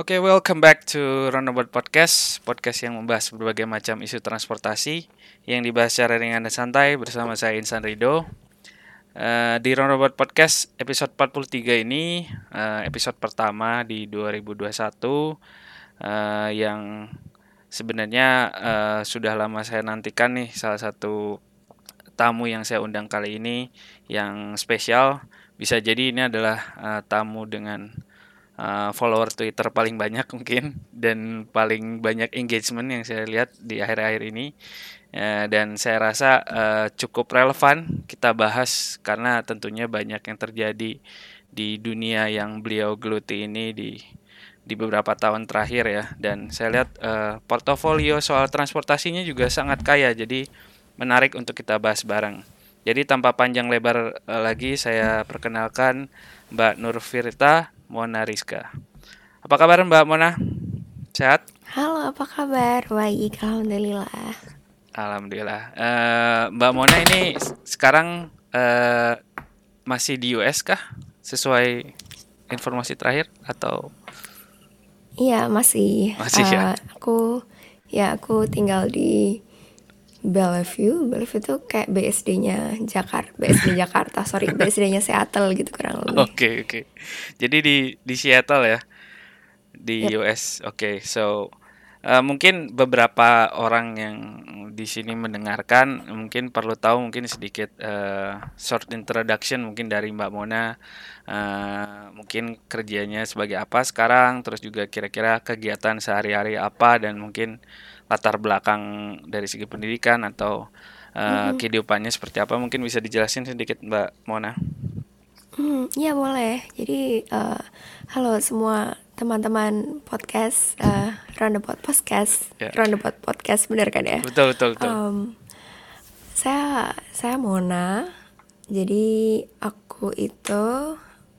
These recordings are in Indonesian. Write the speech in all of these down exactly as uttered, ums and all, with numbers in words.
Oke, okay, welcome back to Roundabout Podcast, podcast yang membahas berbagai macam isu transportasi yang dibahas secara ringan dan santai bersama saya Insan Rido. Uh, di Roundabout Podcast episode empat puluh tiga ini, uh, episode pertama di dua ribu dua puluh satu uh, yang sebenarnya uh, sudah lama saya nantikan nih, salah satu tamu yang saya undang kali ini yang spesial. Bisa jadi ini adalah uh, tamu dengan Uh, follower Twitter paling banyak mungkin dan paling banyak engagement yang saya lihat di akhir-akhir ini, uh, dan saya rasa uh, cukup relevan kita bahas karena tentunya banyak yang terjadi di dunia yang beliau geluti ini di di beberapa tahun terakhir ya, dan saya lihat uh, portofolio soal transportasinya juga sangat kaya, jadi menarik untuk kita bahas bareng. Jadi tanpa panjang lebar uh, lagi saya perkenalkan Mbak Nurfirta Mona Rizka. Apa kabar Mbak Mona? Sehat? Halo, apa kabar? Baik, alhamdulillah. Alhamdulillah. Uh, Mbak Mona ini sekarang uh, masih di U S kah? Sesuai informasi terakhir atau? Iya, masih. Masih uh, ya. Aku ya aku tinggal di Bellevue. Bellevue itu kayak B S D-nya Jakarta, B S D Jakarta, sorry, B S D-nya Seattle gitu kurang lebih. Oke okay, oke. Okay. Jadi di di Seattle ya, di yep. U S. Oke, okay, so uh, mungkin beberapa orang yang di sini mendengarkan mungkin perlu tahu mungkin sedikit uh, short introduction mungkin dari Mbak Mona. Uh, mungkin kerjanya sebagai apa sekarang, terus juga kira-kira kegiatan sehari-hari apa, dan mungkin latar belakang dari segi pendidikan atau uh, mm-hmm. kehidupannya seperti apa, mungkin bisa dijelasin sedikit Mbak Mona. Hmm, ya boleh. Jadi uh, halo semua teman-teman podcast, uh, Roundabout Podcast, yeah. Roundabout Podcast benar kan ya? Betul betul betul. Um, saya saya Mona. Jadi aku itu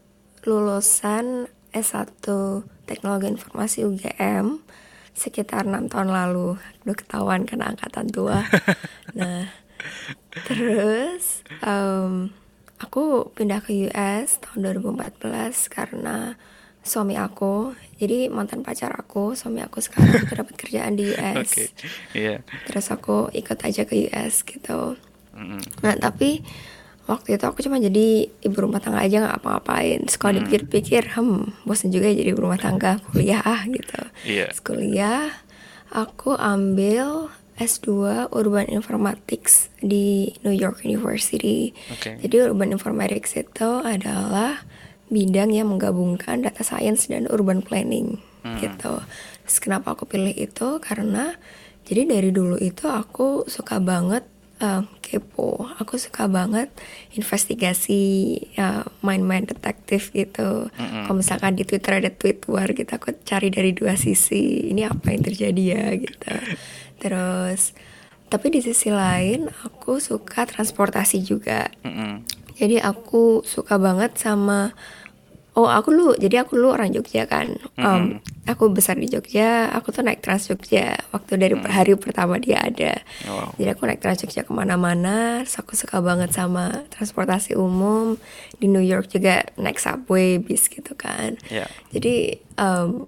lulusan S satu Teknologi Informasi U G M sekitar enam tahun lalu. Udah ketahuan karena angkatan tua. Nah, terus um, aku pindah ke U S tahun dua ribu empat belas karena suami aku, jadi mantan pacar aku, suami aku sekarang itu dapat kerjaan di U S. Okay. Yeah. Terus aku ikut aja ke U S gitu. Mm. Nah, tapi waktu itu aku cuma jadi ibu rumah tangga aja, nggak apa-ngapain. Terus kalau dipikir-pikir, hmm, bosan juga jadi ibu rumah tangga, kuliah ah gitu. Yeah. Terus kuliah, aku ambil S dua Urban Informatics di New York University. Okay. Jadi Urban Informatics itu adalah bidang yang menggabungkan data science dan urban planning hmm. gitu. Terus kenapa aku pilih itu? Karena jadi dari dulu itu aku suka banget uh, kepo. Aku suka banget investigasi, uh, main-main detektif gitu. Mm-hmm. Kalau misalkan di Twitter ada tweet war gitu, aku cari dari dua sisi. Ini apa yang terjadi ya gitu. Terus, tapi di sisi lain aku suka transportasi juga. Mm-hmm. Jadi aku suka banget sama, oh aku dulu, jadi aku dulu orang Jogja kan. Mm-hmm. Um, aku besar di Jogja, aku tuh naik Trans Jogja waktu dari mm-hmm. hari pertama dia ada. Wow. Jadi aku naik Trans Jogja kemana-mana. Terus aku suka banget sama transportasi umum. Di New York juga naik subway, bis gitu kan. Yeah. Jadi um,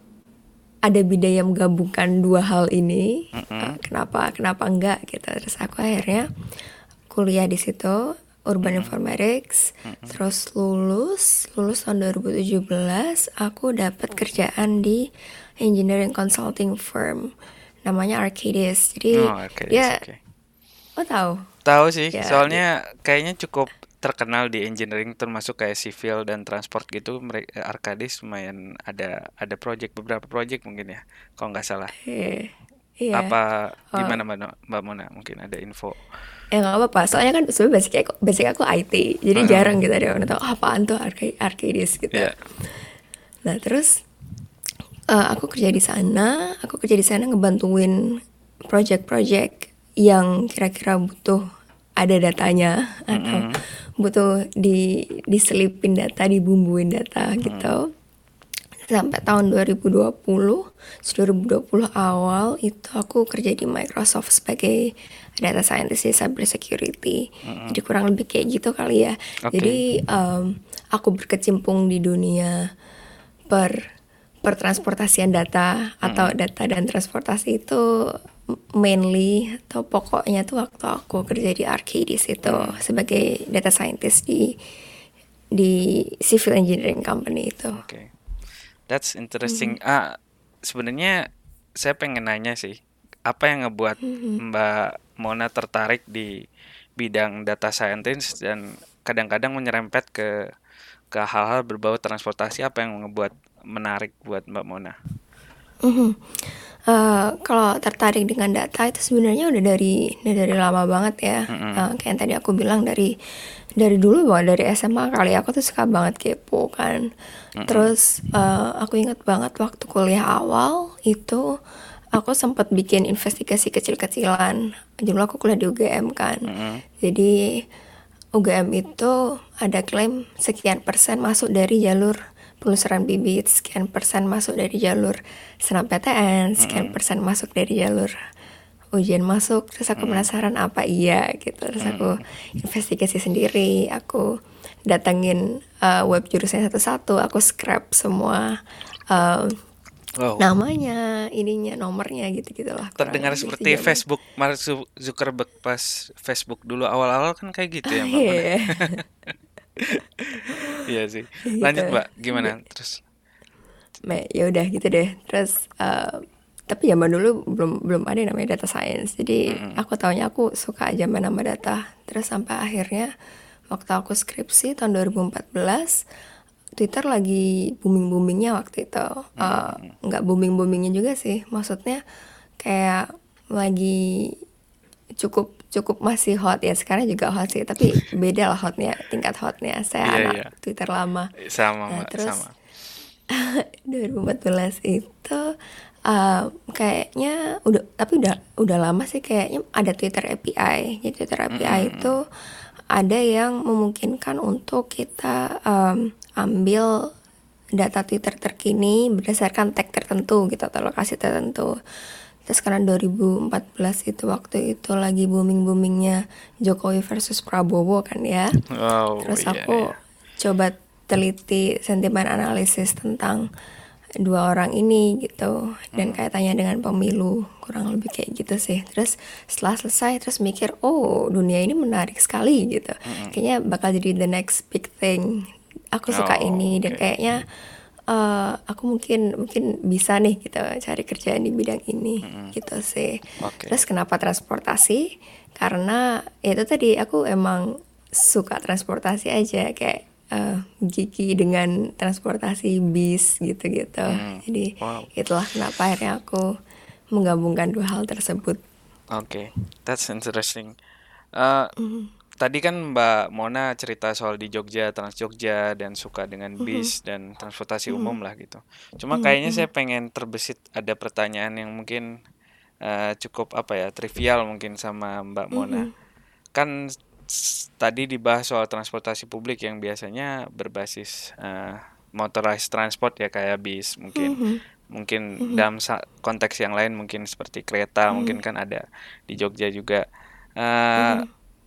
ada bidang yang menggabungkan dua hal ini. Mm-hmm. uh, kenapa kenapa enggak gitu. Terus aku akhirnya kuliah di situ Urban mm-hmm. Informatics. Mm-hmm. Terus lulus lulus tahun dua ribu tujuh belas aku dapat kerjaan di engineering consulting firm namanya Arcadis. Jadi oh, Arcadis, dia okay. Oh tahu? Tahu sih, ya, soalnya di, kayaknya cukup terkenal di engineering, termasuk kayak civil dan transport gitu. Mereka Arcadis lumayan ada ada project, beberapa project mungkin ya, kalau nggak salah. Eh, iya. Apa gimana Mbak, Mbak Mona, mungkin ada info? Ya nggak apa-apa, soalnya kan sebenarnya basic aku, basic aku I T, jadi uh-huh. jarang gitu ada orang tahu oh, apaan tuh Arcadis gitu. Yeah. Nah terus uh, aku kerja di sana, aku kerja di sana ngebantuin project-project yang kira-kira butuh ada datanya mm-hmm. atau butuh di diselipin data, dibumbuin data mm-hmm. gitu. Sampai tahun dua ribu dua puluh, dua ribu dua puluh awal itu aku kerja di Microsoft sebagai data scientist di cyber security. Mm-hmm. Jadi kurang lebih kayak gitu kali ya. Okay. Jadi um, aku berkecimpung di dunia per pertransportasian data atau Mm-mm. data dan transportasi itu mainly atau pokoknya tuh waktu aku kerja di Arcadis itu Mm. sebagai data scientist di di civil engineering company itu. Oke, that's interesting. Ah, sebenarnya saya pengen nanya sih, apa yang ngebuat Mbak Mona tertarik di bidang data scientist dan kadang-kadang menyerempet ke ke hal-hal berbau transportasi, apa yang ngebuat menarik buat Mbak Mona? Mhm. Eh, kalau tertarik dengan data itu sebenarnya udah dari udah dari lama banget ya. Mm-mm. Eh, kayak yang tadi aku bilang dari dari dulu banget dari S M A kali aku tuh suka banget kepo kan. Mm-mm. Terus eh, aku ingat banget waktu kuliah awal itu aku sempat bikin investigasi kecil-kecilan. Dulu aku kuliah di U G M kan. Mm-mm. Jadi U G M itu ada klaim sekian persen masuk dari jalur penelusuran bibit, sekian persen masuk dari jalur senam P T N, sekian Mm-mm. persen masuk dari jalur ujian masuk. Terus aku Mm-mm. penasaran apa iya gitu. Terus aku Mm-mm. investigasi sendiri, aku datengin uh, web jurusnya satu-satu, aku scrap semua uh, Wow, namanya, ininya, nomornya gitu-gitulah kurang terdengar lebih seperti sejam. Facebook Mark Zu- Zuckerberg pas Facebook dulu awal-awal kan kayak gitu ya Mbak Mona. Iya, Iya sih. gitu. Lanjut Mbak, gimana terus? Nah, ya udah gitu deh. Terus eh, tapi zaman dulu belum belum ada yang namanya data science. Jadi Mm-mm. aku taunya aku suka aja main nama data. Terus sampai akhirnya waktu aku skripsi tahun dua ribu empat belas Twitter lagi booming-boomingnya waktu itu. Eh, Mm-mm. nggak booming-boomingnya juga sih. Maksudnya kayak lagi cukup cukup masih hot ya, sekarang juga hot sih, tapi beda lah hotnya, tingkat hotnya. Saya Iya anak iya, Twitter lama. sama Nah Mbak, terus sama. dua ribu empat belas itu uh, kayaknya udah, tapi udah udah lama sih kayaknya ada Twitter A P I. Jadi Twitter A P I Mm-mm. itu ada yang memungkinkan untuk kita um, ambil data Twitter terkini berdasarkan tag tertentu gitu atau lokasi tertentu. Terus karena dua ribu empat belas itu waktu itu lagi booming-boomingnya Jokowi versus Prabowo kan ya. Wow, Terus iya aku iya. coba teliti sentimen analisis tentang dua orang ini gitu dan Mm. kaitannya dengan pemilu, kurang lebih kayak gitu sih. Terus setelah selesai terus mikir, oh dunia ini menarik sekali gitu, Mm-mm. kayaknya bakal jadi the next big thing. Aku suka Oh, ini dan oke. kayaknya eh, aku mungkin mungkin bisa nih gitu cari kerjaan di bidang ini Mm-mm. gitu sih. Oke. Terus kenapa transportasi? Karena ya itu tadi aku emang suka transportasi aja, kayak eh, gigi dengan transportasi bis gitu-gitu. Mm. Jadi Wow. itulah kenapa akhirnya aku menggabungkan dua hal tersebut. Oke, that's interesting. Eh, Tadi kan Mbak Mona cerita soal di Jogja, Trans Jogja, dan suka dengan bis dan transportasi umum lah gitu. Cuma kayaknya saya pengen terbesit ada pertanyaan yang mungkin eh, cukup apa ya, trivial mungkin sama Mbak Mona. Kan s- tadi dibahas soal transportasi publik yang biasanya berbasis eh, motorized transport ya kayak bis mungkin. Mungkin dalam sa- konteks yang lain mungkin seperti kereta mungkin kan ada di Jogja juga. Eh,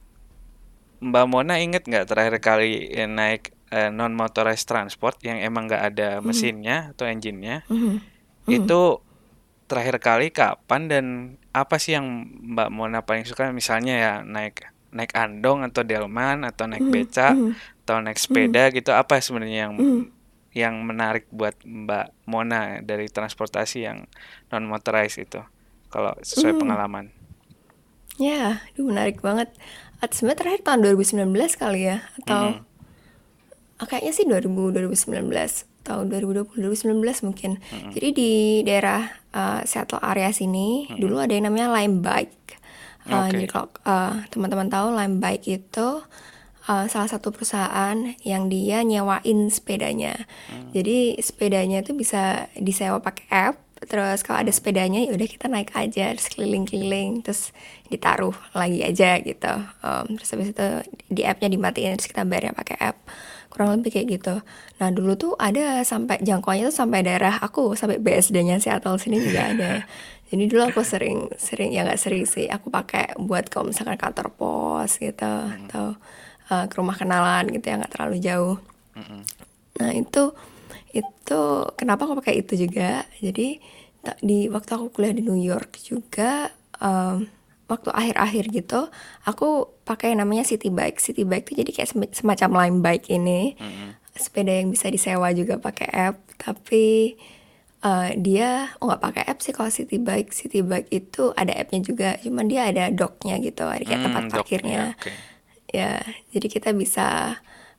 Mbak Mona inget nggak terakhir kali eh, naik eh, non motorized transport yang emang nggak ada mesinnya atau engine-nya? Itu terakhir kali kapan dan apa sih yang Mbak Mona paling suka? Misalnya ya naik naik andong atau delman atau naik beca atau naik sepeda gitu. Apa sebenarnya yang yang menarik buat Mbak Mona dari transportasi yang non motorized itu? Kalau sesuai pengalaman. Ya, aduh menarik banget. At- Sebenarnya terakhir tahun dua ribu sembilan belas kali ya, atau Mm-mm. ah, kayaknya sih dua ribu, dua ribu sembilan belas tahun dua ribu dua puluh, dua ribu sembilan belas mungkin. Jadi di daerah uh, Seattle area sini dulu ada yang namanya Lime Bike. Uh, Oke. jadi kalau uh, teman-teman tahu Lime Bike itu uh, salah satu perusahaan yang dia nyewain sepedanya. Jadi sepedanya itu bisa disewa pakai app. Terus kalau ada sepedanya ya udah kita naik aja, terus keliling-keliling, terus ditaruh lagi aja gitu. Um, terus habis itu di appnya dimatiin, terus kita bayarnya pakai app. Kurang lebih kayak gitu. Nah dulu tuh ada sampai jangkauannya tuh sampai daerah aku, sampai B S D-nya Seattle sini juga ada. Jadi dulu aku sering sering ya nggak sering sih, aku pakai buat kalau misalkan kantor pos gitu atau uh, ke rumah kenalan gitu yang nggak terlalu jauh. Mm-mm. Nah itu itu kenapa aku pakai itu juga. Jadi ta- di waktu aku kuliah di New York juga, em, waktu akhir-akhir gitu, aku pakai namanya City Bike. City Bike itu jadi kayak sem- semacam Lime Bike ini, sepeda yang bisa disewa juga pakai app. Tapi eh, dia oh nggak pakai app sih kalau City Bike. City Bike itu ada appnya juga, cuman dia ada docknya gitu, ada kayak tempat Hmm, dok, ya parkirnya. oke. Ya, jadi kita bisa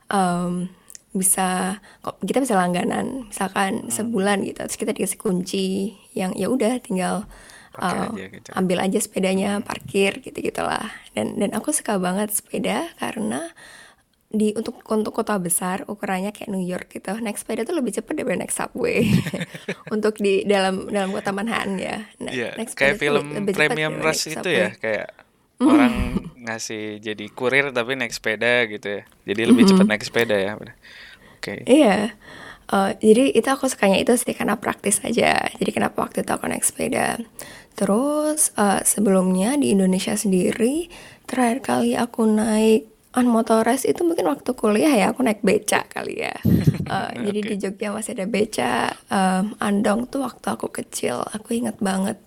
em, bisa kok kita bisa langganan misalkan sebulan gitu, terus kita dikasih kunci yang ya udah tinggal Pakai eh, aja gitu. ambil aja sepedanya, parkir gitu gitulah. Dan dan aku suka banget sepeda karena di untuk untuk kota besar ukurannya kayak New York gitu, naik sepeda tuh lebih cepat daripada naik subway. Untuk di dalam dalam kota Manhattan ya, naik, Iya, naik kayak sepeda tuh film lebih cepat Premium daripada naik Rush itu ya, subway. kayak orang ngasih jadi kurir tapi naik sepeda gitu ya. Jadi lebih cepat naik sepeda ya. Bener. Oke. Iya, eh, jadi itu aku sukanya itu sih karena praktis aja. Jadi kenapa waktu itu aku naik sepeda. Terus eh, sebelumnya di Indonesia sendiri, terakhir kali aku naik unmotorized itu mungkin waktu kuliah ya, aku naik beca kali ya. Eh, jadi di Oke. Jogja masih ada beca. Em, Andong tuh waktu aku kecil, aku ingat banget.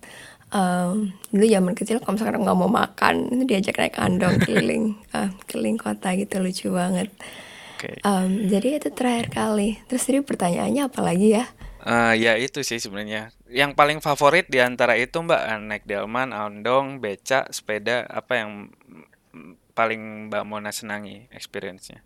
Em, dulu zaman kecil kalau misalkan nggak mau makan, itu diajak naik andong keliling, eh, keliling kota gitu, lucu banget. Oke. Em, jadi itu terakhir kali. Terus tadi pertanyaannya apa lagi ya? Eh, ya itu sih sebenarnya. Yang paling favorit di antara itu Mbak, eh, naik delman, ondong, beca, sepeda, apa yang mm, paling Mbak Mona senangi experience-nya?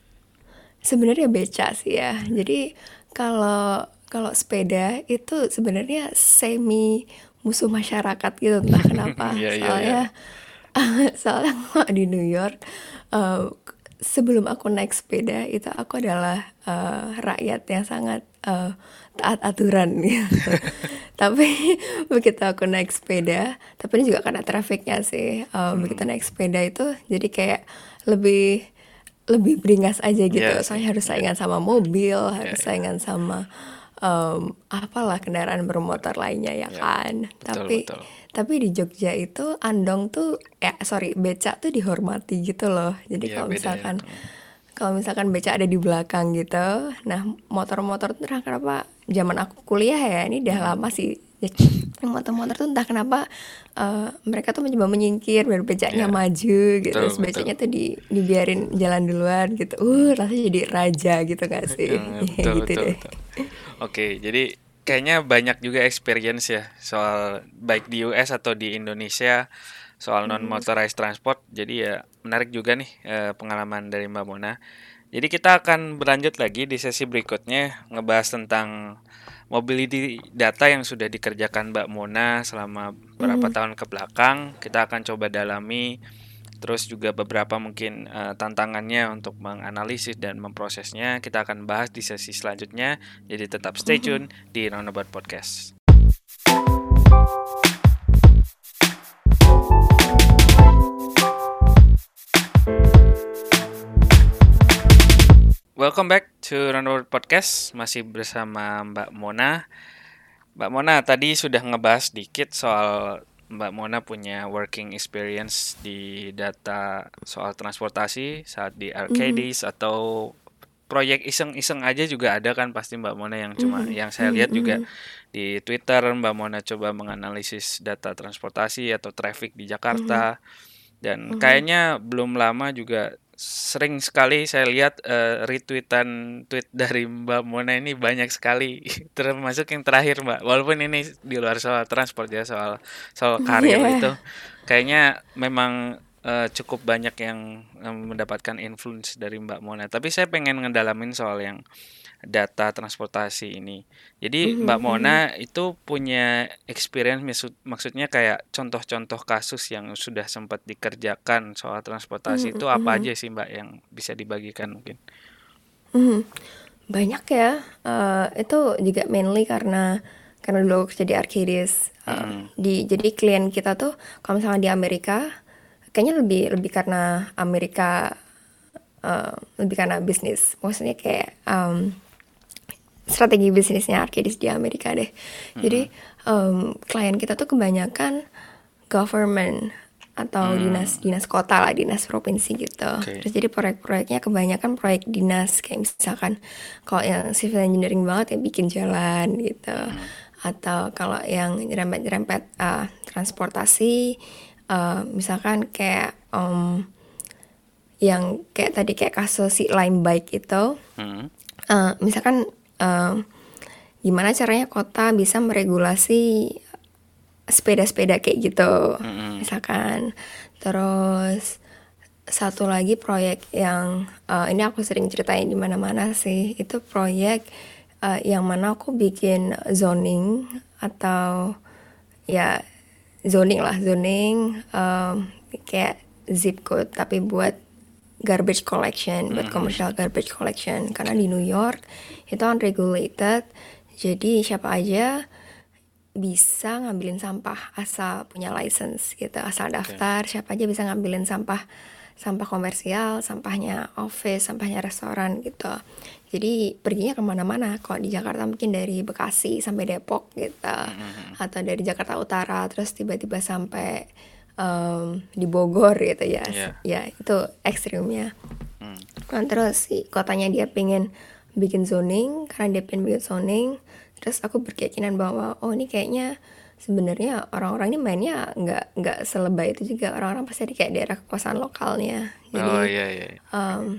Sebenarnya beca sih ya. Jadi kalau kalau sepeda itu sebenarnya semi musuh masyarakat gitu, entah kenapa. Iya, iya, iya. Soalnya soalnya kalau di New York, eh, sebelum aku naik sepeda itu aku adalah eh, rakyat yang sangat eh, taat aturan gitu. Tapi begitu aku naik sepeda, tapi ini juga karena trafiknya sih. Eh, begitu naik sepeda itu jadi kayak lebih lebih beringas aja gitu. Iya sih. Soalnya harus Iya, saingan sama mobil, iya, harus iya. saingan sama em, apalah kendaraan bermotor lainnya ya Iya. kan. Betul, Tapi betul. tapi di Jogja itu andong tuh ya sorry beca tuh dihormati gitu loh. Jadi Iya, kalau beda ya. misalkan Hmm. kalau misalkan beca ada di belakang gitu, nah motor-motor tuh entah kenapa zaman aku kuliah ya ini udah lama sih. Jadi motor-motor tuh entah kenapa eh, mereka tuh mencoba menyingkir biar becanya Iya, maju gitu, betul, terus betul. becanya tuh di dibiarin jalan duluan gitu. Uh, rasanya jadi raja gitu gak sih? Hmm, Ya betul, gitu betul, deh. betul. Oke, jadi kayaknya banyak juga experience ya soal baik di U S atau di Indonesia soal non motorized transport. Jadi ya menarik juga nih eh, pengalaman dari Mbak Mona. Jadi kita akan berlanjut lagi di sesi berikutnya ngebahas tentang mobility data yang sudah dikerjakan Mbak Mona selama beberapa Hmm. tahun ke belakang. Kita akan coba dalami terus juga beberapa mungkin eh, tantangannya untuk menganalisis dan memprosesnya. Kita akan bahas di sesi selanjutnya. Jadi tetap stay tune di Roundabout Podcast. Welcome back to Roundabout Podcast. Masih bersama Mbak Mona. Mbak Mona tadi sudah ngebahas dikit soal Mbak Mona punya working experience di data soal transportasi saat di Mhm. Arcadis atau proyek iseng-iseng aja juga ada kan pasti Mbak Mona yang cuma Mhm. yang saya Mhm. lihat juga Mhm. di Twitter Mbak Mona coba menganalisis data transportasi atau traffic di Mhm. Jakarta dan Mhm. kayaknya belum lama juga sering sekali saya lihat eh, retweetan tweet dari Mbak Mona ini banyak sekali termasuk yang terakhir Mbak walaupun ini di luar soal transport ya soal soal karir Iya. itu kayaknya memang eh, cukup banyak yang eh, mendapatkan influence dari Mbak Mona tapi saya pengen ngedalamin soal yang data transportasi ini. Jadi Mbak Mhm. Mhm. Mona itu punya experience maksud- maksudnya kayak contoh-contoh kasus yang sudah sempat dikerjakan soal transportasi itu Mhm. apa Mhm. aja sih Mbak yang bisa dibagikan mungkin? Mhm. Banyak ya. Eh, itu juga mainly karena karena dulu aku kerja di Arcadis. Eh, Mm-mm. di jadi klien kita tuh kalau misalnya di Amerika, kayaknya lebih lebih karena Amerika, eh, lebih karena bisnis. Maksudnya kayak em, strategi bisnisnya Arcadis di Amerika deh. Jadi Mm-mm. em, klien kita tuh kebanyakan government. atau dinas dinas kota lah, dinas provinsi gitu. Oke. Terus jadi proyek-proyeknya kebanyakan proyek dinas, kayak misalkan kalau yang civil engineering banget ya bikin jalan gitu. Atau kalau yang nyerempet-nyerempet uh, transportasi, uh, misalkan kayak um, yang kayak tadi kayak kasus si Lime Bike itu, Hmm. uh, misalkan uh, gimana caranya kota bisa meregulasi sepeda-sepeda kayak gitu, Mm-mm. misalkan. Terus satu lagi proyek yang uh, ini aku sering ceritain di mana-mana sih, itu proyek uh, yang mana aku bikin zoning atau ya zoning lah, zoning um, kayak zip code tapi buat garbage collection, buat commercial garbage collection, karena di New York itu unregulated, jadi siapa aja bisa ngambilin sampah asal punya license gitu, asal daftar, siapa aja bisa ngambilin sampah sampah komersial, sampahnya office, sampahnya restoran gitu. Jadi perginya kemana-mana. Kalau di Jakarta mungkin dari Bekasi sampai Depok gitu, atau dari Jakarta Utara terus tiba-tiba sampai um, di Bogor gitu ya. Iya. Ya itu ekstrimnya. Hmm. Nah, terus si kotanya dia pengen bikin zoning, karena dia pengen bikin zoning. Terus aku berkeyakinan bahwa oh ini kayaknya sebenarnya orang-orang ini mainnya nggak nggak selebay itu juga, orang-orang pasti di kayak daerah kekuasaan lokalnya. Jadi Oh iya iya. um,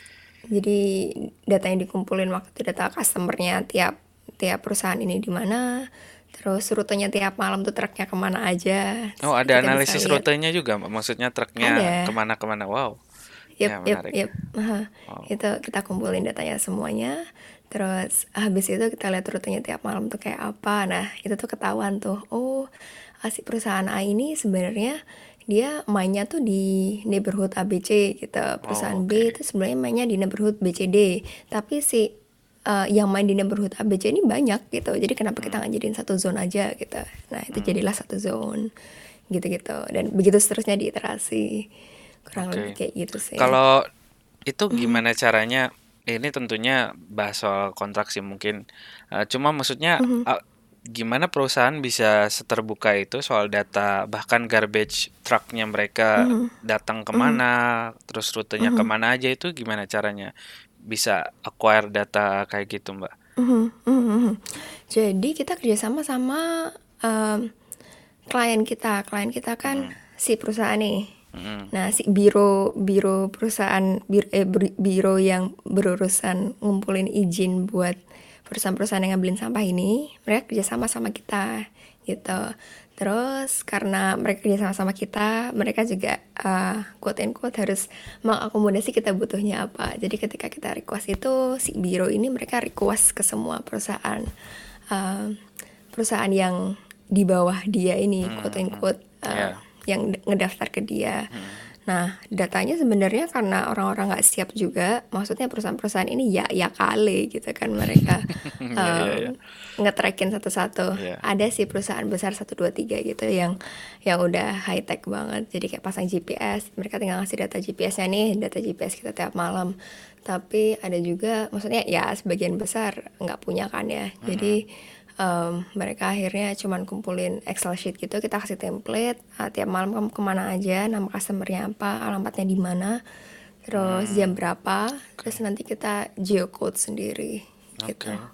jadi data yang dikumpulin waktu itu data customernya tiap tiap perusahaan ini di mana, terus rutenya tiap malam tuh truknya kemana aja. Terus Oh ada kita bisa analisis lihat. rutenya juga, Mbak? Maksudnya truknya Ada. kemana-kemana? Wow. Yep, Ya yep, menarik. yep. Aha. Wow. Itu kita kumpulin datanya semuanya. Terus habis itu kita lihat rutenya tiap malam tuh kayak apa. Nah, itu tuh ketahuan tuh. Oh, si perusahaan A ini sebenarnya dia mainnya tuh di neighborhood A B C gitu. Perusahaan Oh, B oke. itu sebenarnya mainnya di neighborhood B C D. Tapi si uh, yang main di neighborhood A B C ini banyak gitu. Jadi kenapa kita nggak jadiin satu zone aja gitu. Nah, itu jadilah satu zone gitu-gitu. Dan begitu seterusnya diiterasi. Kurang Oke. lebih kayak gitu sih. Kalau itu gimana caranya? Ini tentunya bahas soal kontrak sih mungkin. Eh, cuma maksudnya ah, gimana perusahaan bisa seterbuka itu soal data, bahkan garbage trucknya mereka datang kemana, terus rutenya kemana aja, itu gimana caranya bisa acquire data kayak gitu, Mbak? Mhm, mhm, mhm. Jadi kita kerjasama sama em, klien kita. Klien kita kan si perusahaan nih. Mm-mm. Nah, si biro biro perusahaan biro, eh, biro, biro yang berurusan ngumpulin izin buat perusahaan-perusahaan yang ngambilin sampah ini, mereka kerjasama sama kita gitu. Terus karena mereka kerjasama sama kita, mereka juga uh, quote and quote harus mengakomodasi kita butuhnya apa. Jadi ketika kita request itu, si biro ini mereka request ke semua perusahaan uh, perusahaan yang di bawah dia ini, quote and quote uh, Yeah. yang ngedaftar ke dia. Nah, datanya sebenarnya karena orang-orang nggak siap juga, maksudnya perusahaan-perusahaan ini ya ya kali gitu kan mereka Iya, iya, iya. um, nge-trackin satu-satu. Iya. Ada sih perusahaan besar satu dua tiga gitu yang yang udah high tech banget. Jadi kayak pasang G P S, mereka tinggal ngasih data G P S-nya nih, data G P S kita tiap malam. Tapi ada juga, maksudnya ya sebagian besar nggak punya kan ya. Jadi um, mereka akhirnya cuman kumpulin Excel sheet gitu, kita kasih template, uh, tiap malam kamu kemana aja, nama customernya apa, alamatnya di mana, terus jam berapa, terus nanti kita geocode sendiri gitu. Oke.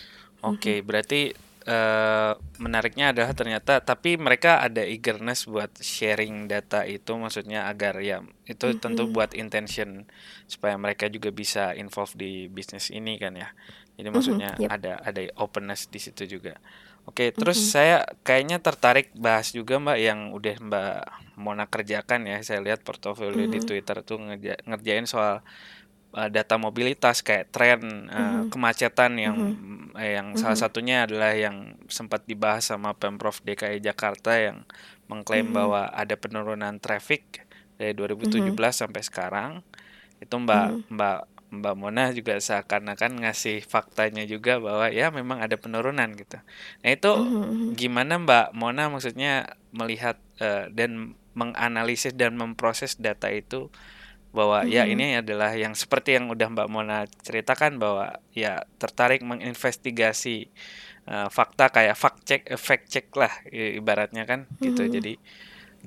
Oke, berarti eh, menariknya adalah ternyata tapi mereka ada eagerness buat sharing data itu, maksudnya agar ya itu tentu buat intention supaya mereka juga bisa involve di bisnis ini kan ya. Jadi maksudnya yep. ada ada openness di situ juga. Oke, terus saya kayaknya tertarik bahas juga Mbak yang udah Mbak Mona kerjakan ya. Saya lihat portofolio di Twitter tuh ngerja- ngerjain soal uh, data mobilitas kayak tren uh, kemacetan yang eh, yang salah satunya adalah yang sempat dibahas sama Pemprov D K I Jakarta yang mengklaim bahwa ada penurunan traffic dari dua ribu tujuh belas sampai sekarang. Itu Mbak Mbak Mbak Mona juga seakan-akan ngasih faktanya juga bahwa ya memang ada penurunan gitu. Nah, itu gimana Mbak Mona maksudnya melihat uh, dan menganalisis dan memproses data itu bahwa ya ini adalah yang seperti yang udah Mbak Mona ceritakan bahwa ya tertarik menginvestigasi uh, fakta kayak fact check, eh, fact check lah i- ibaratnya kan gitu. Jadi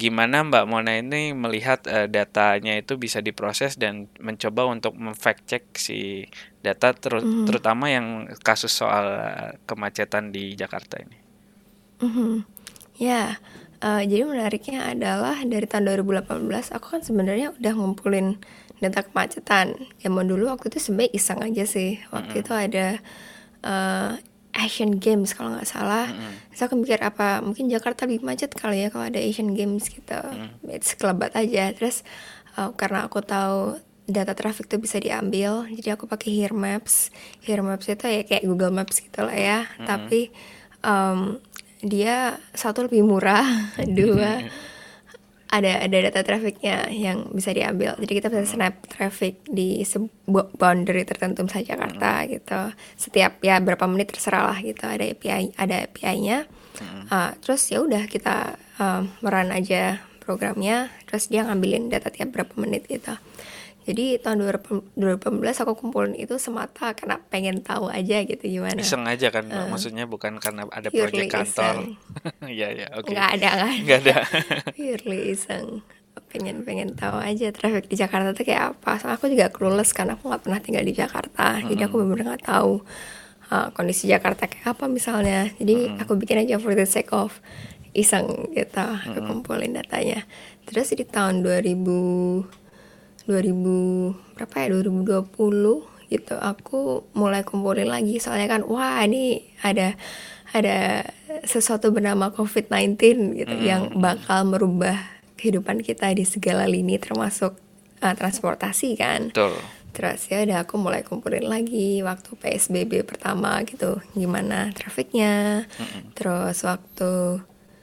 gimana Mbak Mona ini melihat uh, datanya itu bisa diproses dan mencoba untuk memfact check si data ter- mm-hmm. terutama yang kasus soal uh, kemacetan di Jakarta ini. Mm-hmm. Ya, uh, jadi menariknya adalah dari tahun dua ribu delapan belas aku kan sebenarnya udah ngumpulin data kemacetan. Zaman dulu waktu itu sebenarnya iseng aja sih. Waktu mm-hmm. itu ada uh, Asian Games kalau nggak salah. Mm-hmm. Terus aku mikir apa mungkin Jakarta lebih macet kali ya kalau ada Asian Games gitu. Mm-hmm. It's kelebat aja. Terus uh, karena aku tahu data traffic itu bisa diambil, jadi aku pakai Here Maps. Here Maps itu ya kayak Google Maps gitu lah ya. Mm-hmm. Tapi um, dia satu lebih murah, dua ada ada data trafficnya yang bisa diambil. Jadi kita bisa snap traffic di sebuah boundary tertentu misalnya Jakarta gitu. Setiap ya berapa menit terserah lah gitu. Ada A P I ada A P I-nya. Uh, terus ya udah kita uh, run aja programnya. Terus dia ngambilin data tiap berapa menit gitu. Jadi tahun dua ribu delapan belas aku kumpulin itu semata karena pengen tahu aja gitu gimana. Iseng aja kan, uh, maksudnya bukan karena ada proyek kantor. Iya ya, oke. Okay. Nggak ada kan? Nggak ada. Purely iseng. Pengen pengen tahu aja traffic di Jakarta tuh kayak apa. Soalnya aku juga clueless karena aku nggak pernah tinggal di Jakarta. Mm-hmm. Jadi aku benar-benar nggak tahu uh, kondisi Jakarta kayak apa misalnya. Jadi mm-hmm. aku bikin aja for the sake of iseng gitu. Aku mm-hmm. kumpulin datanya. Terus di tahun dua ribu dua ribu berapa ya dua ribu dua puluh gitu aku mulai kumpulin lagi soalnya kan wah ini ada ada sesuatu bernama covid sembilan belas gitu mm. yang bakal merubah kehidupan kita di segala lini termasuk uh, transportasi kan. Betul. Terus ya udah aku mulai kumpulin lagi waktu P S B B pertama gitu gimana trafiknya. Mm-mm. Terus waktu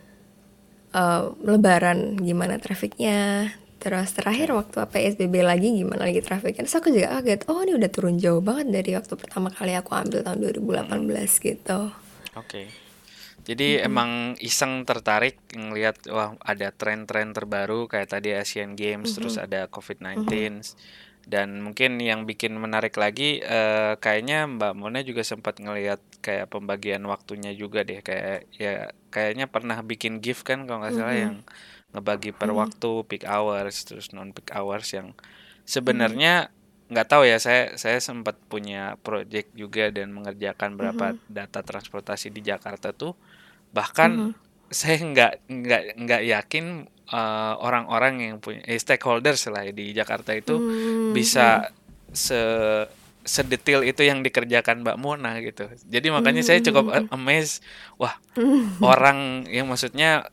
uh, lebaran gimana trafiknya. Terus terakhir waktu P S B B lagi gimana lagi trafiknya. Terus aku juga kaget, oh ini udah turun jauh banget dari waktu pertama kali aku ambil tahun dua ribu delapan belas gitu. Oke. Okay. Jadi mm-hmm. emang iseng tertarik ngelihat wah ada tren-tren terbaru kayak tadi Asian Games, mm-hmm. terus ada covid sembilan belas. Mm-hmm. Dan mungkin yang bikin menarik lagi uh, kayaknya Mbak Mona juga sempat ngelihat kayak pembagian waktunya juga deh, kayak ya kayaknya pernah bikin GIF kan kalau nggak salah mm-hmm. yang ngebagi per hmm. waktu peak hours terus non peak hours yang sebenarnya nggak hmm. tahu ya, saya saya sempat punya project juga dan mengerjakan beberapa hmm. data transportasi di Jakarta tuh bahkan hmm. saya nggak nggak nggak yakin uh, orang-orang yang punya eh, stakeholders lah di Jakarta itu hmm. bisa se sedetail itu yang dikerjakan Mbak Mona gitu. Jadi makanya hmm. saya cukup amazed, wah hmm. orang yang maksudnya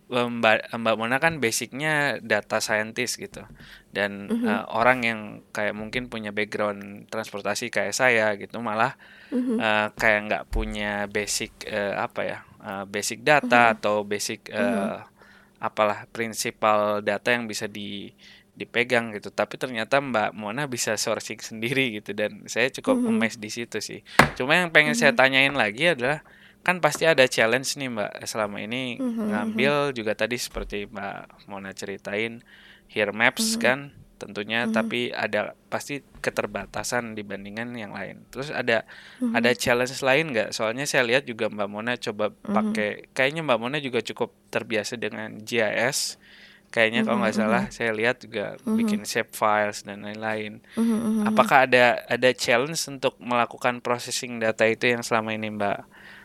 Mbak Mbak Mona kan basicnya data scientist gitu dan mm-hmm. uh, orang yang kayak mungkin punya background transportasi kayak saya gitu malah mm-hmm. uh, kayak nggak punya basic uh, apa ya uh, basic data mm-hmm. atau basic uh, mm-hmm. apalah prinsipal data yang bisa di dipegang gitu, tapi ternyata Mbak Mona bisa sourcing sendiri gitu dan saya cukup mm-hmm. amazed di situ sih. Cuma yang pengen mm-hmm. saya tanyain lagi adalah kan pasti ada challenge nih Mbak selama ini mm-hmm. ngambil juga tadi seperti Mbak Mona ceritain Here Maps mm-hmm. kan tentunya mm-hmm. tapi ada pasti keterbatasan dibandingkan yang lain. Terus ada mm-hmm. ada challenge lain nggak? Soalnya saya lihat juga Mbak Mona coba mm-hmm. pakai, kayaknya Mbak Mona juga cukup terbiasa dengan G I S. Kayaknya mm-hmm. kalau nggak salah mm-hmm. saya lihat juga mm-hmm. bikin shape files dan lain-lain. Mm-hmm. Apakah ada ada challenge untuk melakukan processing data itu yang selama ini Mbak